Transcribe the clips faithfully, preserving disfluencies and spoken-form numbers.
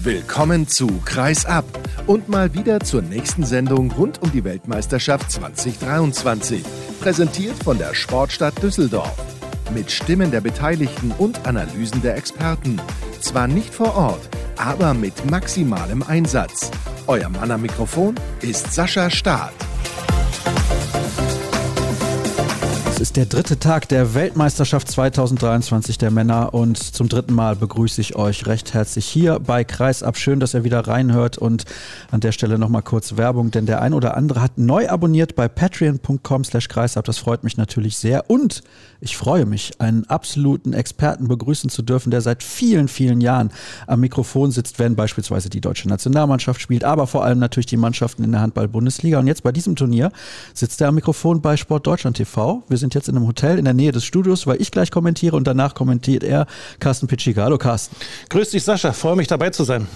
Willkommen zu Kreis ab und mal wieder zur nächsten Sendung rund um die Weltmeisterschaft zwanzig dreiundzwanzig, präsentiert von der Sportstadt Düsseldorf. Mit Stimmen der Beteiligten und Analysen der Experten. Zwar nicht vor Ort, aber mit maximalem Einsatz. Euer Mann am Mikrofon ist Sascha Staat. Es ist der dritte Tag der Weltmeisterschaft zwanzig dreiundzwanzig der Männer und zum dritten Mal begrüße ich euch recht herzlich hier bei Kreisab. Schön, dass ihr wieder reinhört und an der Stelle nochmal kurz Werbung, denn der ein oder andere hat neu abonniert bei patreon punkt com slash kreisab. Das freut mich natürlich sehr und ich freue mich, einen absoluten Experten begrüßen zu dürfen, der seit vielen, vielen Jahren am Mikrofon sitzt, wenn beispielsweise die deutsche Nationalmannschaft spielt, aber vor allem natürlich die Mannschaften in der Handball-Bundesliga. Und jetzt bei diesem Turnier sitzt er am Mikrofon bei Sport Deutschland T V. Wir sind jetzt in einem Hotel in der Nähe des Studios, weil ich gleich kommentiere und danach kommentiert er Carsten Pitschika. Hallo Carsten. Grüß dich Sascha, freue mich dabei zu sein.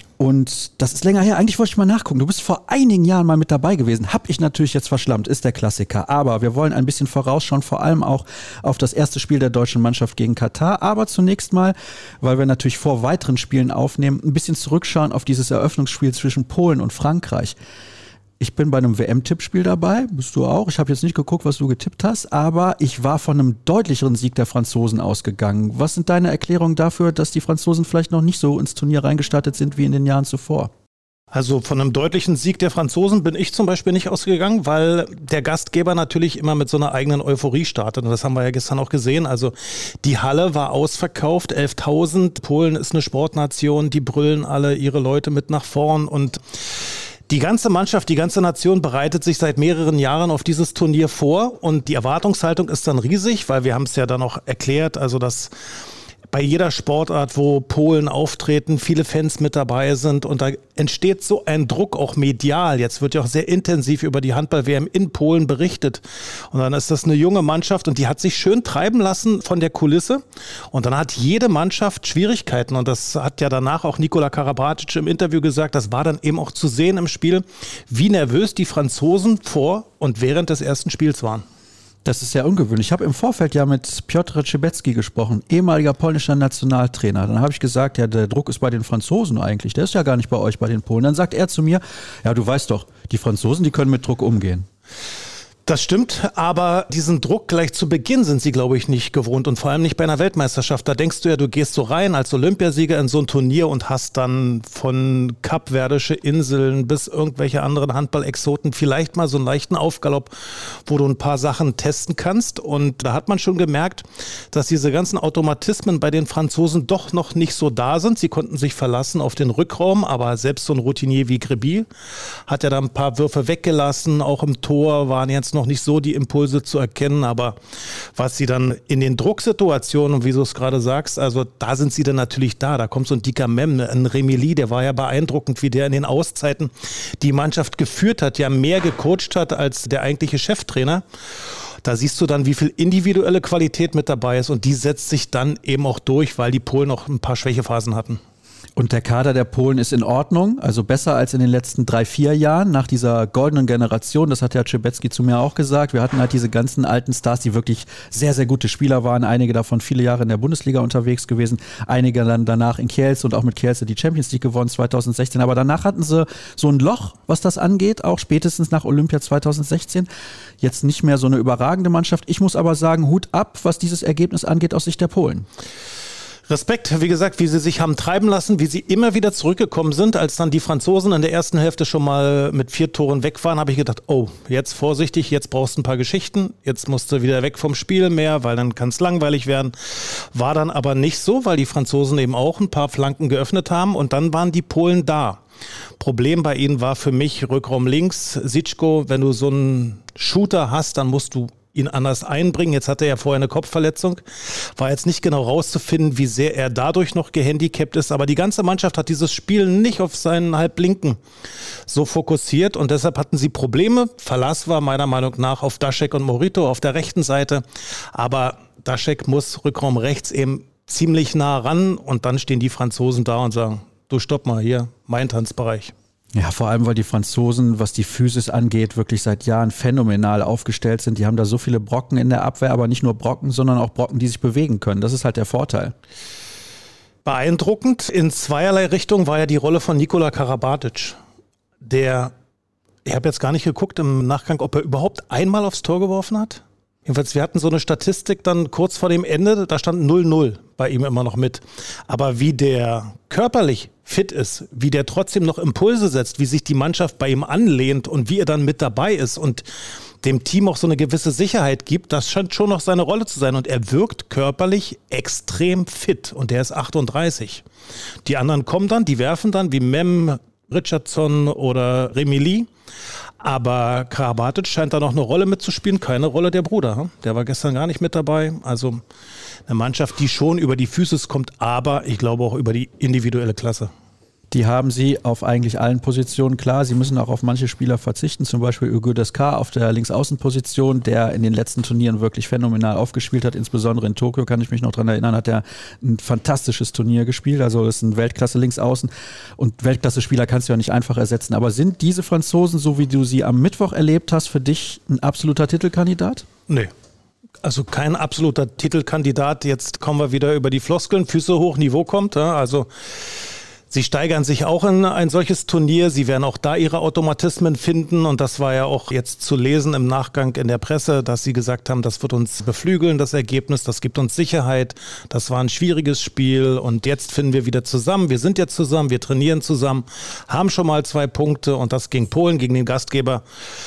Und das ist länger her. Eigentlich wollte ich mal nachgucken. Du bist vor einigen Jahren mal mit dabei gewesen. Hab ich natürlich jetzt verschlammt, ist der Klassiker. Aber wir wollen ein bisschen vorausschauen, vor allem auch auf das erste Spiel der deutschen Mannschaft gegen Katar. Aber zunächst mal, weil wir natürlich vor weiteren Spielen aufnehmen, ein bisschen zurückschauen auf dieses Eröffnungsspiel zwischen Polen und Frankreich. Ich bin bei einem W M-Tippspiel dabei, bist du auch. Ich habe jetzt nicht geguckt, was du getippt hast, aber ich war von einem deutlicheren Sieg der Franzosen ausgegangen. Was sind deine Erklärungen dafür, dass die Franzosen vielleicht noch nicht so ins Turnier reingestartet sind wie in den Jahren zuvor? Also von einem deutlichen Sieg der Franzosen bin ich zum Beispiel nicht ausgegangen, weil der Gastgeber natürlich immer mit so einer eigenen Euphorie startet. Und das haben wir ja gestern auch gesehen. Also die Halle war ausverkauft, elftausend. Polen ist eine Sportnation, die brüllen alle ihre Leute mit nach vorn und die ganze Mannschaft, die ganze Nation bereitet sich seit mehreren Jahren auf dieses Turnier vor und die Erwartungshaltung ist dann riesig, weil wir haben es ja dann auch erklärt, also dass bei jeder Sportart, wo Polen auftreten, viele Fans mit dabei sind und da entsteht so ein Druck auch medial. Jetzt wird ja auch sehr intensiv über die Handball-W M in Polen berichtet und dann ist das eine junge Mannschaft und die hat sich schön treiben lassen von der Kulisse und dann hat jede Mannschaft Schwierigkeiten und das hat ja danach auch Nikola Karabatic im Interview gesagt, das war dann eben auch zu sehen im Spiel, wie nervös die Franzosen vor und während des ersten Spiels waren. Das ist sehr ungewöhnlich. Ich habe im Vorfeld ja mit Piotr Trzebecki gesprochen, ehemaliger polnischer Nationaltrainer. Dann habe ich gesagt, ja, der Druck ist bei den Franzosen eigentlich. Der ist ja gar nicht bei euch, bei den Polen. Dann sagt er zu mir, ja, du weißt doch, die Franzosen, die können mit Druck umgehen. Das stimmt, aber diesen Druck gleich zu Beginn sind sie, glaube ich, nicht gewohnt und vor allem nicht bei einer Weltmeisterschaft. Da denkst du ja, du gehst so rein als Olympiasieger in so ein Turnier und hast dann von Kapverdische Inseln bis irgendwelche anderen Handball-Exoten vielleicht mal so einen leichten Aufgalopp, wo du ein paar Sachen testen kannst. Und da hat man schon gemerkt, dass diese ganzen Automatismen bei den Franzosen doch noch nicht so da sind. Sie konnten sich verlassen auf den Rückraum, aber selbst so ein Routinier wie Greby hat ja da ein paar Würfe weggelassen. Auch im Tor waren jetzt noch noch nicht so die Impulse zu erkennen, aber was sie dann in den Drucksituationen, und wie du es gerade sagst, also da sind sie dann natürlich da. Da kommt so ein dicker Mem, ein Remili, der war ja beeindruckend, wie der in den Auszeiten die Mannschaft geführt hat, ja mehr gecoacht hat als der eigentliche Cheftrainer. Da siehst du dann, wie viel individuelle Qualität mit dabei ist und die setzt sich dann eben auch durch, weil die Polen auch ein paar Schwächephasen hatten. Und der Kader der Polen ist in Ordnung, also besser als in den letzten drei, vier Jahren nach dieser goldenen Generation. Das hat ja Trzebecki zu mir auch gesagt. Wir hatten halt diese ganzen alten Stars, die wirklich sehr, sehr gute Spieler waren. Einige davon viele Jahre in der Bundesliga unterwegs gewesen. Einige dann danach in Kielce und auch mit Kielce die Champions League gewonnen zwanzig sechzehn. Aber danach hatten sie so ein Loch, was das angeht, auch spätestens nach Olympia zwanzig sechzehn. Jetzt nicht mehr so eine überragende Mannschaft. Ich muss aber sagen, Hut ab, was dieses Ergebnis angeht aus Sicht der Polen. Respekt, wie gesagt, wie sie sich haben treiben lassen, wie sie immer wieder zurückgekommen sind. Als dann die Franzosen in der ersten Hälfte schon mal mit vier Toren weg waren, habe ich gedacht, oh, jetzt vorsichtig, jetzt brauchst du ein paar Geschichten. Jetzt musst du wieder weg vom Spiel mehr, weil dann kann es langweilig werden. War dann aber nicht so, weil die Franzosen eben auch ein paar Flanken geöffnet haben und dann waren die Polen da. Problem bei ihnen war für mich Rückraum links. Sitschko, wenn du so einen Shooter hast, dann musst du ihn anders einbringen. Jetzt hatte er ja vorher eine Kopfverletzung. War jetzt nicht genau rauszufinden, wie sehr er dadurch noch gehandicapt ist. Aber die ganze Mannschaft hat dieses Spiel nicht auf seinen Halblinken so fokussiert und deshalb hatten sie Probleme. Verlass war meiner Meinung nach auf Dašek und Morito auf der rechten Seite. Aber Dašek muss Rückraum rechts eben ziemlich nah ran und dann stehen die Franzosen da und sagen, du stopp mal hier, mein Tanzbereich. Ja, vor allem, weil die Franzosen, was die Physis angeht, wirklich seit Jahren phänomenal aufgestellt sind. Die haben da so viele Brocken in der Abwehr, aber nicht nur Brocken, sondern auch Brocken, die sich bewegen können. Das ist halt der Vorteil. Beeindruckend in zweierlei Richtung war ja die Rolle von Nikola Karabatic, der, ich habe jetzt gar nicht geguckt im Nachgang, ob er überhaupt einmal aufs Tor geworfen hat. Jedenfalls, wir hatten so eine Statistik dann kurz vor dem Ende, da stand null null bei ihm immer noch mit. Aber wie der körperlich fit ist, wie der trotzdem noch Impulse setzt, wie sich die Mannschaft bei ihm anlehnt und wie er dann mit dabei ist und dem Team auch so eine gewisse Sicherheit gibt, das scheint schon noch seine Rolle zu sein. Und er wirkt körperlich extrem fit und der ist achtunddreißig. Die anderen kommen dann, die werfen dann, wie Mem, Richardson oder Remili. Aber Karabatic scheint da noch eine Rolle mitzuspielen, keine Rolle der Bruder. Der war gestern gar nicht mit dabei. Also eine Mannschaft, die schon über die Physis kommt, aber ich glaube auch über die individuelle Klasse. Die haben sie auf eigentlich allen Positionen. Klar, sie müssen auch auf manche Spieler verzichten, zum Beispiel Hugo Descartes auf der Linksaußenposition, der in den letzten Turnieren wirklich phänomenal aufgespielt hat. Insbesondere in Tokio, kann ich mich noch dran erinnern, hat er ein fantastisches Turnier gespielt. Also das ist ein Weltklasse-Linksaußen und Weltklasse-Spieler kannst du ja nicht einfach ersetzen. Aber sind diese Franzosen, so wie du sie am Mittwoch erlebt hast, für dich ein absoluter Titelkandidat? Nee. Also kein absoluter Titelkandidat. Jetzt kommen wir wieder über die Floskeln. Füße hoch, Niveau kommt. Ja, also sie steigern sich auch in ein solches Turnier. Sie werden auch da ihre Automatismen finden. Und das war ja auch jetzt zu lesen im Nachgang in der Presse, dass sie gesagt haben, das wird uns beflügeln, das Ergebnis. Das gibt uns Sicherheit. Das war ein schwieriges Spiel. Und jetzt finden wir wieder zusammen. Wir sind jetzt zusammen, wir trainieren zusammen, haben schon mal zwei Punkte. Und das gegen Polen, gegen den Gastgeber.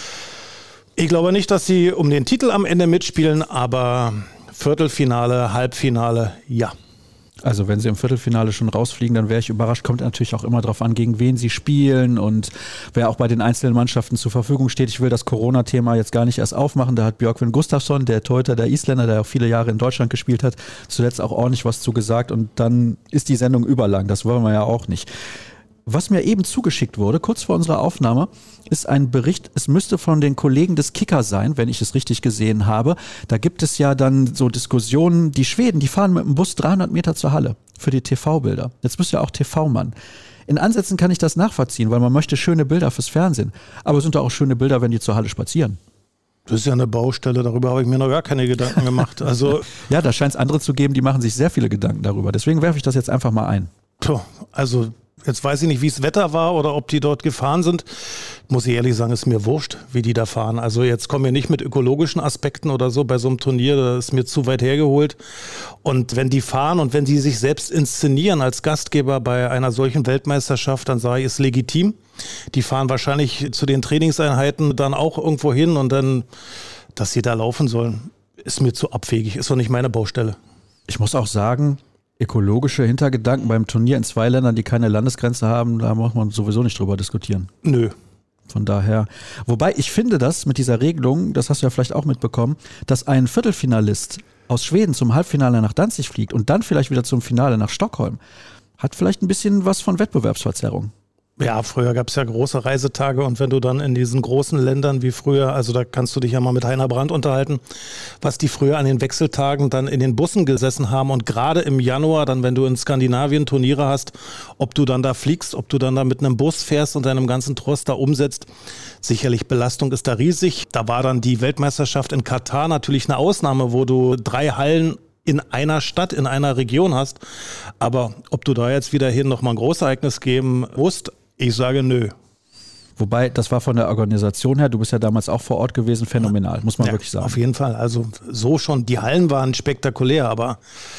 Ich glaube nicht, dass sie um den Titel am Ende mitspielen, aber Viertelfinale, Halbfinale, ja. Also wenn sie im Viertelfinale schon rausfliegen, dann wäre ich überrascht. Kommt natürlich auch immer darauf an, gegen wen sie spielen und wer auch bei den einzelnen Mannschaften zur Verfügung steht. Ich will das Corona-Thema jetzt gar nicht erst aufmachen. Da hat Björkvin Gustafsson, der Torhüter der Isländer, der auch viele Jahre in Deutschland gespielt hat, zuletzt auch ordentlich was zu gesagt. Und dann ist die Sendung überlang. Das wollen wir ja auch nicht. Was mir eben zugeschickt wurde, kurz vor unserer Aufnahme, ist ein Bericht, es müsste von den Kollegen des Kicker sein, wenn ich es richtig gesehen habe. Da gibt es ja dann so Diskussionen, die Schweden, die fahren mit dem Bus dreihundert Meter zur Halle für die T V-Bilder. Jetzt bist du ja auch T V-Mann. In Ansätzen kann ich das nachvollziehen, weil man möchte schöne Bilder fürs Fernsehen. Aber es sind doch auch schöne Bilder, wenn die zur Halle spazieren. Das ist ja eine Baustelle, darüber habe ich mir noch gar keine Gedanken gemacht. Also ja, da scheint es andere zu geben, die machen sich sehr viele Gedanken darüber. Deswegen werfe ich das jetzt einfach mal ein. Puh, also jetzt weiß ich nicht, wie es Wetter war oder ob die dort gefahren sind. Muss ich ehrlich sagen, ist mir wurscht, wie die da fahren. Also jetzt kommen wir nicht mit ökologischen Aspekten oder so bei so einem Turnier, das ist mir zu weit hergeholt. Und wenn die fahren und wenn sie sich selbst inszenieren als Gastgeber bei einer solchen Weltmeisterschaft, dann sage ich, ist legitim. Die fahren wahrscheinlich zu den Trainingseinheiten dann auch irgendwo hin und dann, dass sie da laufen sollen, ist mir zu abwegig, ist doch nicht meine Baustelle. Ich muss auch sagen, ökologische Hintergedanken beim Turnier in zwei Ländern, die keine Landesgrenze haben, da muss man sowieso nicht drüber diskutieren. Nö. Von daher, wobei ich finde das mit dieser Regelung, das hast du ja vielleicht auch mitbekommen, dass ein Viertelfinalist aus Schweden zum Halbfinale nach Danzig fliegt und dann vielleicht wieder zum Finale nach Stockholm, hat vielleicht ein bisschen was von Wettbewerbsverzerrung. Ja, früher gab es ja große Reisetage und wenn du dann in diesen großen Ländern wie früher, also da kannst du dich ja mal mit Heiner Brandt unterhalten, was die früher an den Wechseltagen dann in den Bussen gesessen haben und gerade im Januar, dann wenn du in Skandinavien Turniere hast, ob du dann da fliegst, ob du dann da mit einem Bus fährst und deinem ganzen Trost da umsetzt, sicherlich Belastung ist da riesig. Da war dann die Weltmeisterschaft in Katar natürlich eine Ausnahme, wo du drei Hallen in einer Stadt, in einer Region hast, aber ob du da jetzt wieder hin nochmal ein Großereignis geben musst, ich sage nö. Wobei, das war von der Organisation her, du bist ja damals auch vor Ort gewesen, phänomenal, muss man ja, wirklich sagen. Auf jeden Fall, also so schon, die Hallen waren spektakulär, aber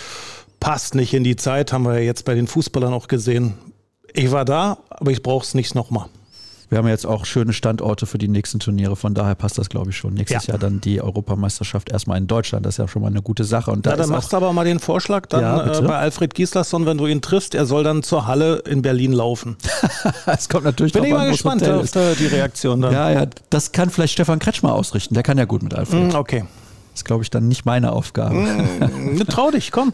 passt nicht in die Zeit, haben wir ja jetzt bei den Fußballern auch gesehen. Ich war da, aber ich brauche es nicht nochmal. Wir haben jetzt auch schöne Standorte für die nächsten Turniere, von daher passt das, glaube ich, schon. Nächstes ja. Jahr dann die Europameisterschaft erstmal in Deutschland, das ist ja schon mal eine gute Sache. Und da ja, dann machst du aber mal den Vorschlag dann ja, äh, bei Alfred Gislason, wenn du ihn triffst, er soll dann zur Halle in Berlin laufen. Es kommt natürlich Bin ich mal gespannt auf die Reaktion dann. Ja, ja, das kann vielleicht Stefan Kretschmer ausrichten, der kann ja gut mit Alfred. Mm, okay. Das ist, glaube ich, dann nicht meine Aufgabe. Mm, trau dich, komm.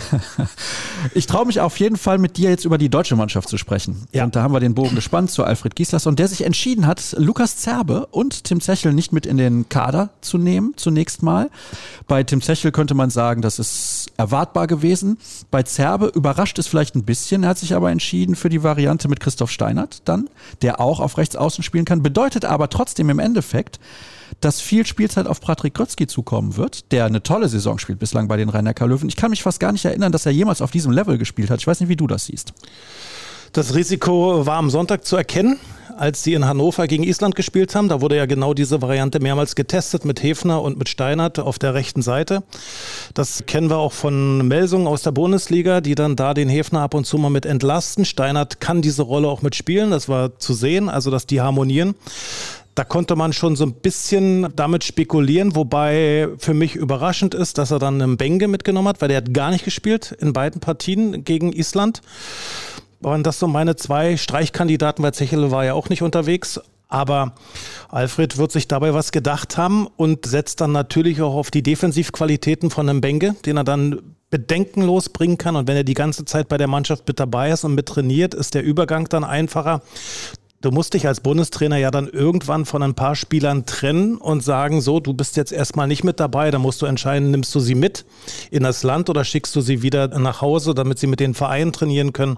Ich traue mich auf jeden Fall, mit dir jetzt über die deutsche Mannschaft zu sprechen. Ja. Und da haben wir den Bogen gespannt zu Alfred Gislason, der sich entschieden hat, Lukas Zerbe und Tim Zechel nicht mit in den Kader zu nehmen, zunächst mal. Bei Tim Zechel könnte man sagen, das ist erwartbar gewesen. Bei Zerbe überrascht es vielleicht ein bisschen. Er hat sich aber entschieden für die Variante mit Christoph Steinert dann, der auch auf rechts außen spielen kann. Bedeutet aber trotzdem im Endeffekt, dass viel Spielzeit auf Patrick Grötzky zukommen wird, der eine tolle Saison spielt bislang bei den Rhein-Neckar-Löwen. Ich kann mich fast gar nicht erinnern, dass er jemals auf diesem Level gespielt hat. Ich weiß nicht, wie du das siehst. Das Risiko war am Sonntag zu erkennen, als sie in Hannover gegen Island gespielt haben. Da wurde ja genau diese Variante mehrmals getestet mit Hefner und mit Steinert auf der rechten Seite. Das kennen wir auch von Melsungen aus der Bundesliga, die dann da den Hefner ab und zu mal mit entlasten. Steinert kann diese Rolle auch mitspielen, das war zu sehen, also dass die harmonieren. Da konnte man schon so ein bisschen damit spekulieren, wobei für mich überraschend ist, dass er dann einen Benge mitgenommen hat, weil der hat gar nicht gespielt in beiden Partien gegen Island. Waren das so meine zwei Streichkandidaten, weil Zechele war ja auch nicht unterwegs. Aber Alfred wird sich dabei was gedacht haben und setzt dann natürlich auch auf die Defensivqualitäten von einem Benge, den er dann bedenkenlos bringen kann. Und wenn er die ganze Zeit bei der Mannschaft mit dabei ist und mit trainiert, ist der Übergang dann einfacher. Du musst dich als Bundestrainer ja dann irgendwann von ein paar Spielern trennen und sagen, so, du bist jetzt erstmal nicht mit dabei, dann musst du entscheiden, nimmst du sie mit in das Land oder schickst du sie wieder nach Hause, damit sie mit den Vereinen trainieren können.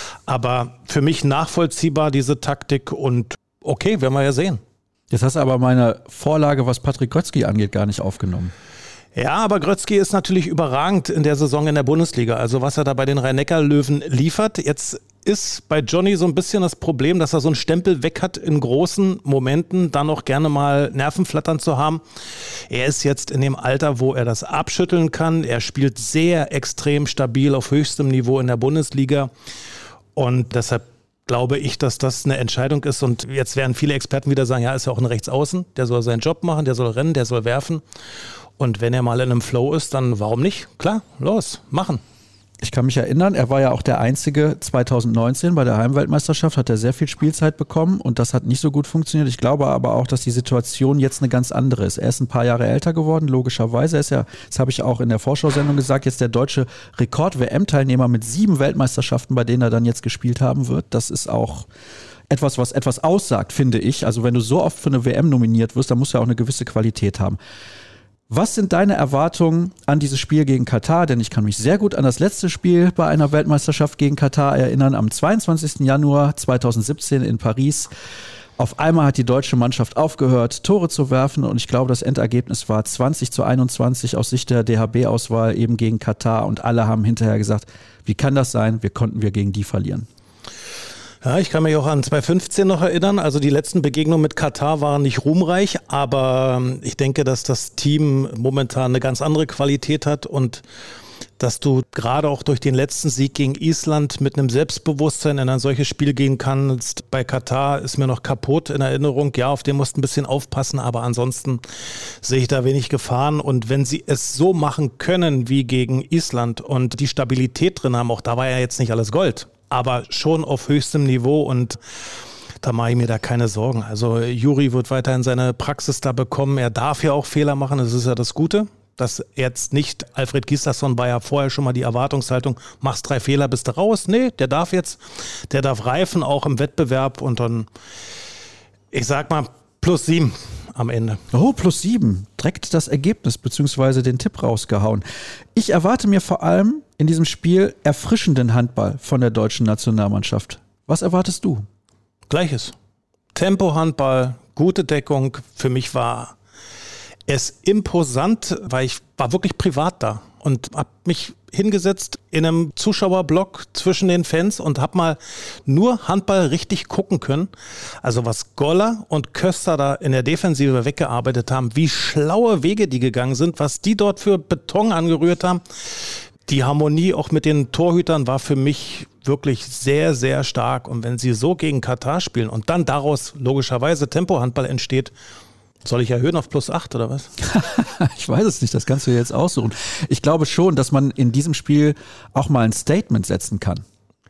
Aber für mich nachvollziehbar diese Taktik und okay, werden wir ja sehen. Jetzt hast du aber meine Vorlage, was Patrick Grötzky angeht, gar nicht aufgenommen. Ja, aber Grötzky ist natürlich überragend in der Saison in der Bundesliga. Also was er da bei den Rhein-Neckar-Löwen liefert. Jetzt ist bei Johnny so ein bisschen das Problem, dass er so einen Stempel weg hat, in großen Momenten dann auch gerne mal Nervenflattern zu haben. Er ist jetzt in dem Alter, wo er das abschütteln kann. Er spielt sehr extrem stabil auf höchstem Niveau in der Bundesliga. Und deshalb glaube ich, dass das eine Entscheidung ist. Und jetzt werden viele Experten wieder sagen, ja, ist ja auch ein Rechtsaußen. Der soll seinen Job machen, der soll rennen, der soll werfen. Und wenn er mal in einem Flow ist, dann warum nicht? Klar, los, machen. Ich kann mich erinnern, er war ja auch der Einzige zwanzig neunzehn bei der Heimweltmeisterschaft, hat er sehr viel Spielzeit bekommen und das hat nicht so gut funktioniert. Ich glaube aber auch, dass die Situation jetzt eine ganz andere ist. Er ist ein paar Jahre älter geworden, logischerweise. Er ist ja, das habe ich auch in der Vorschau-Sendung gesagt, jetzt der deutsche Rekord-W M-Teilnehmer mit sieben Weltmeisterschaften, bei denen er dann jetzt gespielt haben wird. Das ist auch etwas, was etwas aussagt, finde ich. Also wenn du so oft für eine W M nominiert wirst, dann musst du ja auch eine gewisse Qualität haben. Was sind deine Erwartungen an dieses Spiel gegen Katar? Denn ich kann mich sehr gut an das letzte Spiel bei einer Weltmeisterschaft gegen Katar erinnern, am zweiundzwanzigsten Januar zweitausendsiebzehn in Paris. Auf einmal hat die deutsche Mannschaft aufgehört, Tore zu werfen und ich glaube, das Endergebnis war zwanzig zu einundzwanzig aus Sicht der D H B-Auswahl eben gegen Katar und alle haben hinterher gesagt, wie kann das sein? Wie konnten wir gegen die verlieren? Ja, ich kann mich auch an zweitausendfünfzehn noch erinnern. Also die letzten Begegnungen mit Katar waren nicht ruhmreich, aber ich denke, dass das Team momentan eine ganz andere Qualität hat und dass du gerade auch durch den letzten Sieg gegen Island mit einem Selbstbewusstsein in ein solches Spiel gehen kannst. Bei Katar ist mir noch kaputt in Erinnerung. Ja, auf den musst du ein bisschen aufpassen, aber ansonsten sehe ich da wenig Gefahren. Und wenn sie es so machen können wie gegen Island und die Stabilität drin haben, auch da war ja jetzt nicht alles Gold, aber schon auf höchstem Niveau und da mache ich mir da keine Sorgen. Also Juri wird weiterhin seine Praxis da bekommen. Er darf ja auch Fehler machen, das ist ja das Gute. Dass jetzt nicht, Alfred Gislason war ja vorher schon mal die Erwartungshaltung, machst drei Fehler, bist du raus. Nee, der darf jetzt, der darf reifen, auch im Wettbewerb und dann, ich sag mal, plus sieben am Ende. Oh, plus sieben. Direkt das Ergebnis bzw. den Tipp rausgehauen. Ich erwarte mir vor allem in diesem Spiel erfrischenden Handball von der deutschen Nationalmannschaft. Was erwartest du? Gleiches. Tempo-Handball, gute Deckung. Für mich war es imposant, weil ich war wirklich privat da und habe mich hingesetzt in einem Zuschauerblock zwischen den Fans und habe mal nur Handball richtig gucken können. Also was Goller und Köster da in der Defensive weggearbeitet haben, wie schlaue Wege die gegangen sind, was die dort für Beton angerührt haben. Die Harmonie auch mit den Torhütern war für mich wirklich sehr, sehr stark. Und wenn sie so gegen Katar spielen und dann daraus logischerweise Tempo-Handball entsteht, soll ich erhöhen auf plus acht oder was? Ich weiß es nicht, das kannst du jetzt aussuchen. Ich glaube schon, dass man in diesem Spiel auch mal ein Statement setzen kann.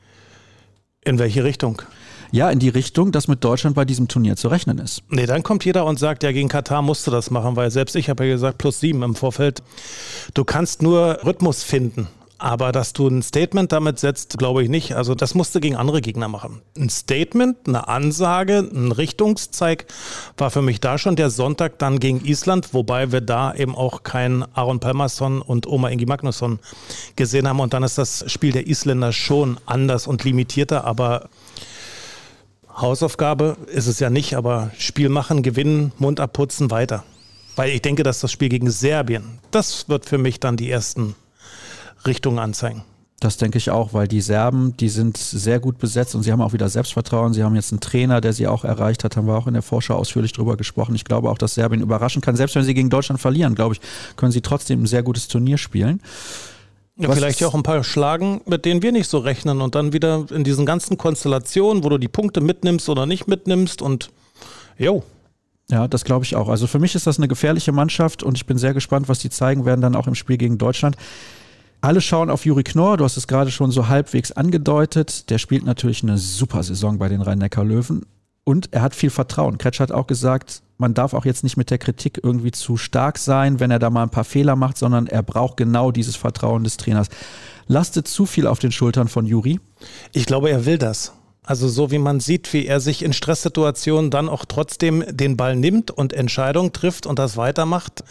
In welche Richtung? Ja, in die Richtung, dass mit Deutschland bei diesem Turnier zu rechnen ist. Nee, dann kommt jeder und sagt, ja, gegen Katar musst du das machen, weil selbst ich habe ja gesagt, plus sieben im Vorfeld. Du kannst nur Rhythmus finden. Aber dass du ein Statement damit setzt, glaube ich nicht. Also das musst du gegen andere Gegner machen. Ein Statement, eine Ansage, ein Richtungszeig war für mich da schon der Sonntag dann gegen Island, wobei wir da eben auch keinen Aron Pálmarsson und Ómar Ingi Magnússon gesehen haben. Und dann ist das Spiel der Isländer schon anders und limitierter, aber Hausaufgabe ist es ja nicht, aber Spiel machen, gewinnen, Mund abputzen, weiter. Weil ich denke, dass das Spiel gegen Serbien, das wird für mich dann die ersten Richtungen anzeigen. Das denke ich auch, weil die Serben, die sind sehr gut besetzt und sie haben auch wieder Selbstvertrauen. Sie haben jetzt einen Trainer, der sie auch erreicht hat, haben wir auch in der Vorschau ausführlich drüber gesprochen. Ich glaube auch, dass Serbien überraschen kann. Selbst wenn sie gegen Deutschland verlieren, glaube ich, können sie trotzdem ein sehr gutes Turnier spielen. Ja, vielleicht ja auch ein paar schlagen, mit denen wir nicht so rechnen und dann wieder in diesen ganzen Konstellationen, wo du die Punkte mitnimmst oder nicht mitnimmst und jo. Ja, das glaube ich auch. Also für mich ist das eine gefährliche Mannschaft und ich bin sehr gespannt, was die zeigen werden dann auch im Spiel gegen Deutschland. Alle schauen auf Juri Knorr, du hast es gerade schon so halbwegs angedeutet. Der spielt natürlich eine super Saison bei den Rhein-Neckar-Löwen und er hat viel Vertrauen. Kretsch hat auch gesagt, man darf auch jetzt nicht mit der Kritik irgendwie zu stark sein, wenn er da mal ein paar Fehler macht, sondern er braucht genau dieses Vertrauen des Trainers. Lastet zu viel auf den Schultern von Juri? Ich glaube, er will das. Also so wie man sieht, wie er sich in Stresssituationen dann auch trotzdem den Ball nimmt und Entscheidungen trifft und das weitermacht.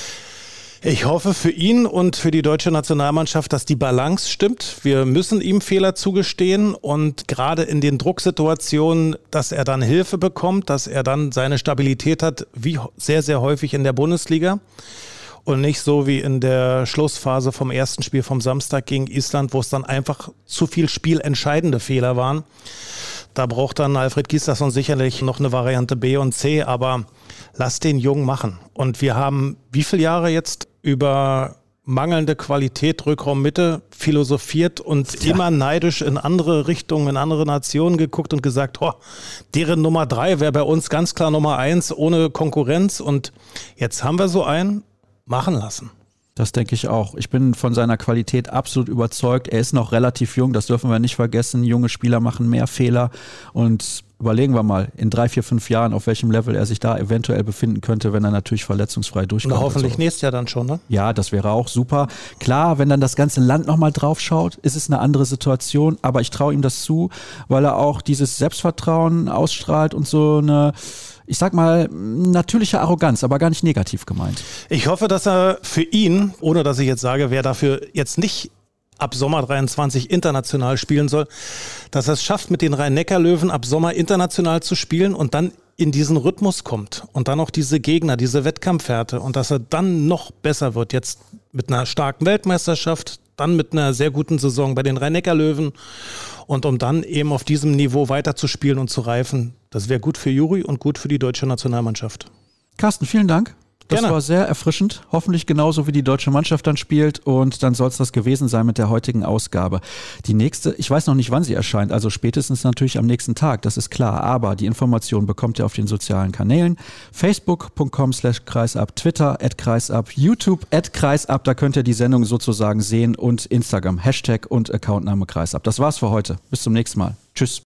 Ich hoffe für ihn und für die deutsche Nationalmannschaft, dass die Balance stimmt. Wir müssen ihm Fehler zugestehen und gerade in den Drucksituationen, dass er dann Hilfe bekommt, dass er dann seine Stabilität hat, wie sehr, sehr häufig in der Bundesliga. Und nicht so wie in der Schlussphase vom ersten Spiel vom Samstag gegen Island, wo es dann einfach zu viel spielentscheidende Fehler waren. Da braucht dann Alfred Gislason sicherlich noch eine Variante B und C, aber lass den Jungen machen. Und wir haben wie viele Jahre jetzt über mangelnde Qualität Rückraummitte philosophiert und ja. immer neidisch in andere Richtungen, in andere Nationen geguckt und gesagt, oh, deren Nummer drei wäre bei uns ganz klar Nummer eins ohne Konkurrenz. Und jetzt haben wir so einen machen lassen. Das denke ich auch. Ich bin von seiner Qualität absolut überzeugt. Er ist noch relativ jung, das dürfen wir nicht vergessen. Junge Spieler machen mehr Fehler und überlegen wir mal in drei, vier, fünf Jahren, auf welchem Level er sich da eventuell befinden könnte, wenn er natürlich verletzungsfrei durchkommt. Und hoffentlich so. Nächstes Jahr dann schon, ne? Ja, das wäre auch super. Klar, wenn dann das ganze Land nochmal drauf schaut, ist es eine andere Situation, aber ich traue ihm das zu, weil er auch dieses Selbstvertrauen ausstrahlt und so eine, ich sag mal, natürliche Arroganz, aber gar nicht negativ gemeint. Ich hoffe, dass er für ihn, ohne dass ich jetzt sage, wer dafür jetzt nicht ab Sommer dreiundzwanzig international spielen soll, dass er es schafft, mit den Rhein-Neckar-Löwen ab Sommer international zu spielen und dann in diesen Rhythmus kommt und dann auch diese Gegner, diese Wettkampfhärte und dass er dann noch besser wird, jetzt mit einer starken Weltmeisterschaft, dann mit einer sehr guten Saison bei den Rhein-Neckar-Löwen und um dann eben auf diesem Niveau weiterzuspielen und zu reifen. Das wäre gut für Juri und gut für die deutsche Nationalmannschaft. Carsten, vielen Dank. Das Gerne. War sehr erfrischend, hoffentlich genauso wie die deutsche Mannschaft dann spielt und dann soll es das gewesen sein mit der heutigen Ausgabe. Die nächste, ich weiß noch nicht, wann sie erscheint, also spätestens natürlich am nächsten Tag, das ist klar, aber die Information bekommt ihr auf den sozialen Kanälen, facebook punkt com slash kreisab, Twitter at kreisab, YouTube at kreisab, da könnt ihr die Sendung sozusagen sehen und Instagram, Hashtag und Accountname kreisab. Das war's für heute, bis zum nächsten Mal. Tschüss.